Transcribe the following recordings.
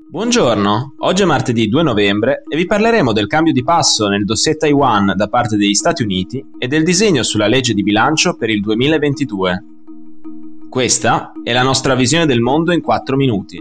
Buongiorno, oggi è martedì 2 novembre e vi parleremo del cambio di passo nel dossier Taiwan da parte degli Stati Uniti e del disegno sulla legge di bilancio per il 2022. Questa è la nostra visione del mondo in 4 minuti.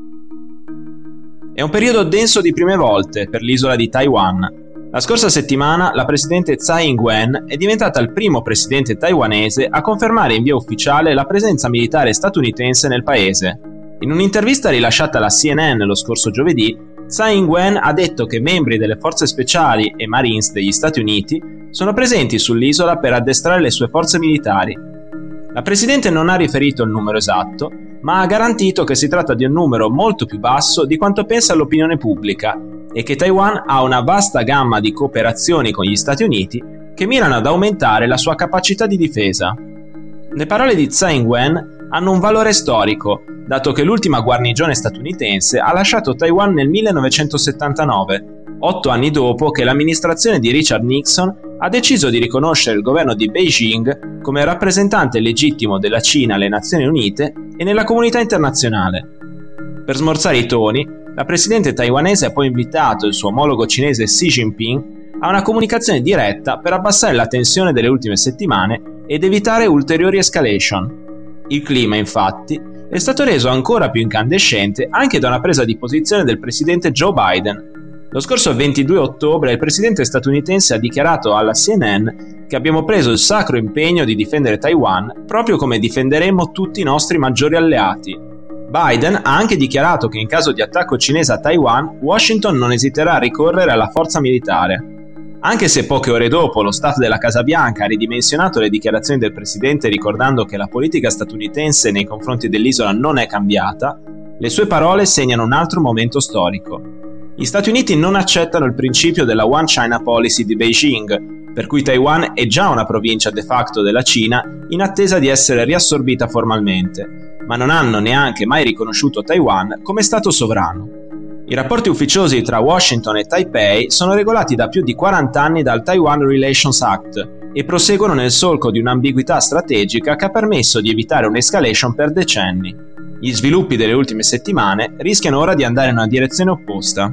È un periodo denso di prime volte per l'isola di Taiwan. La scorsa settimana la presidente Tsai Ing-wen è diventata il primo presidente taiwanese a confermare in via ufficiale la presenza militare statunitense nel paese. In un'intervista rilasciata alla CNN lo scorso giovedì, Tsai Ing-wen ha detto che membri delle forze speciali e Marines degli Stati Uniti sono presenti sull'isola per addestrare le sue forze militari. La presidente non ha riferito il numero esatto, ma ha garantito che si tratta di un numero molto più basso di quanto pensa l'opinione pubblica e che Taiwan ha una vasta gamma di cooperazioni con gli Stati Uniti che mirano ad aumentare la sua capacità di difesa. Le parole di Tsai Ing-wen hanno un valore storico, dato che l'ultima guarnigione statunitense ha lasciato Taiwan nel 1979, 8 anni dopo che l'amministrazione di Richard Nixon ha deciso di riconoscere il governo di Beijing come rappresentante legittimo della Cina alle Nazioni Unite e nella comunità internazionale. Per smorzare i toni, la presidente taiwanese ha poi invitato il suo omologo cinese Xi Jinping a una comunicazione diretta per abbassare la tensione delle ultime settimane ed evitare ulteriori escalation. Il clima, infatti, è stato reso ancora più incandescente anche da una presa di posizione del presidente Joe Biden. Lo scorso 22 ottobre il presidente statunitense ha dichiarato alla CNN che abbiamo preso il sacro impegno di difendere Taiwan proprio come difenderemo tutti i nostri maggiori alleati. Biden ha anche dichiarato che in caso di attacco cinese a Taiwan, Washington non esiterà a ricorrere alla forza militare. Anche se poche ore dopo lo staff della Casa Bianca ha ridimensionato le dichiarazioni del presidente ricordando che la politica statunitense nei confronti dell'isola non è cambiata, le sue parole segnano un altro momento storico. Gli Stati Uniti non accettano il principio della One China Policy di Beijing, per cui Taiwan è già una provincia de facto della Cina in attesa di essere riassorbita formalmente, ma non hanno neanche mai riconosciuto Taiwan come stato sovrano. I rapporti ufficiosi tra Washington e Taipei sono regolati da più di 40 anni dal Taiwan Relations Act e proseguono nel solco di un'ambiguità strategica che ha permesso di evitare un'escalation per decenni. Gli sviluppi delle ultime settimane rischiano ora di andare in una direzione opposta.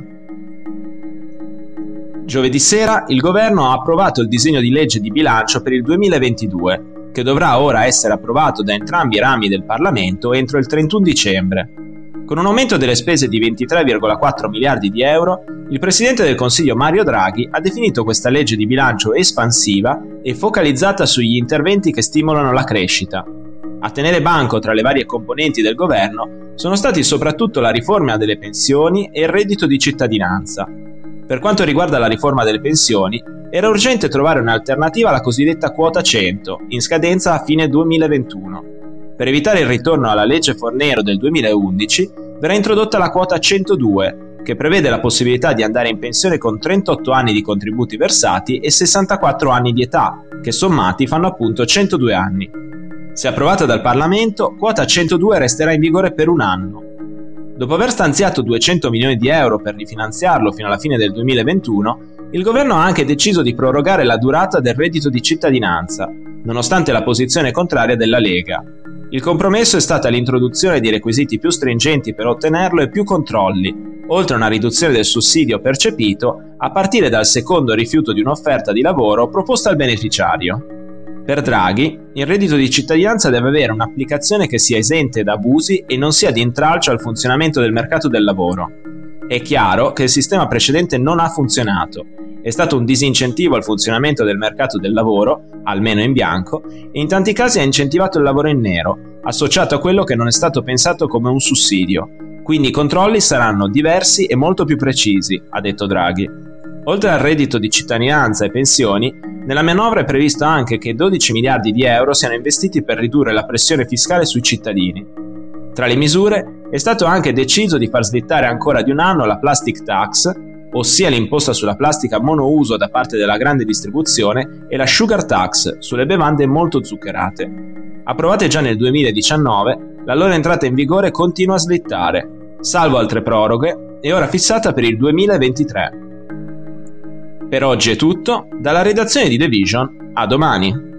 Giovedì sera il governo ha approvato il disegno di legge di bilancio per il 2022, che dovrà ora essere approvato da entrambi i rami del Parlamento entro il 31 dicembre. Con un aumento delle spese di 23,4 miliardi di euro, il presidente del Consiglio Mario Draghi ha definito questa legge di bilancio espansiva e focalizzata sugli interventi che stimolano la crescita. A tenere banco tra le varie componenti del governo sono stati soprattutto la riforma delle pensioni e il reddito di cittadinanza. Per quanto riguarda la riforma delle pensioni, era urgente trovare un'alternativa alla cosiddetta quota 100, in scadenza a fine 2021. Per evitare il ritorno alla legge Fornero del 2011, verrà introdotta la quota 102, che prevede la possibilità di andare in pensione con 38 anni di contributi versati e 64 anni di età, che sommati fanno appunto 102 anni. Se approvata dal Parlamento, quota 102 resterà in vigore per un anno. Dopo aver stanziato 200 milioni di euro per rifinanziarlo fino alla fine del 2021, il governo ha anche deciso di prorogare la durata del reddito di cittadinanza, nonostante la posizione contraria della Lega. Il compromesso è stata l'introduzione di requisiti più stringenti per ottenerlo e più controlli, oltre a una riduzione del sussidio percepito a partire dal secondo rifiuto di un'offerta di lavoro proposta al beneficiario. Per Draghi, il reddito di cittadinanza deve avere un'applicazione che sia esente da abusi e non sia di intralcio al funzionamento del mercato del lavoro. È chiaro che il sistema precedente non ha funzionato, è stato un disincentivo al funzionamento del mercato del lavoro, almeno in bianco, e in tanti casi ha incentivato il lavoro in nero, associato a quello che non è stato pensato come un sussidio. Quindi i controlli saranno diversi e molto più precisi, ha detto Draghi. Oltre al reddito di cittadinanza e pensioni, nella manovra è previsto anche che 12 miliardi di euro siano investiti per ridurre la pressione fiscale sui cittadini. Tra le misure è stato anche deciso di far slittare ancora di un anno la plastic tax, ossia l'imposta sulla plastica monouso da parte della grande distribuzione, e la sugar tax sulle bevande molto zuccherate. Approvate già nel 2019, la loro entrata in vigore continua a slittare, salvo altre proroghe, e ora fissata per il 2023. Per oggi è tutto, dalla redazione di The Vision, a domani.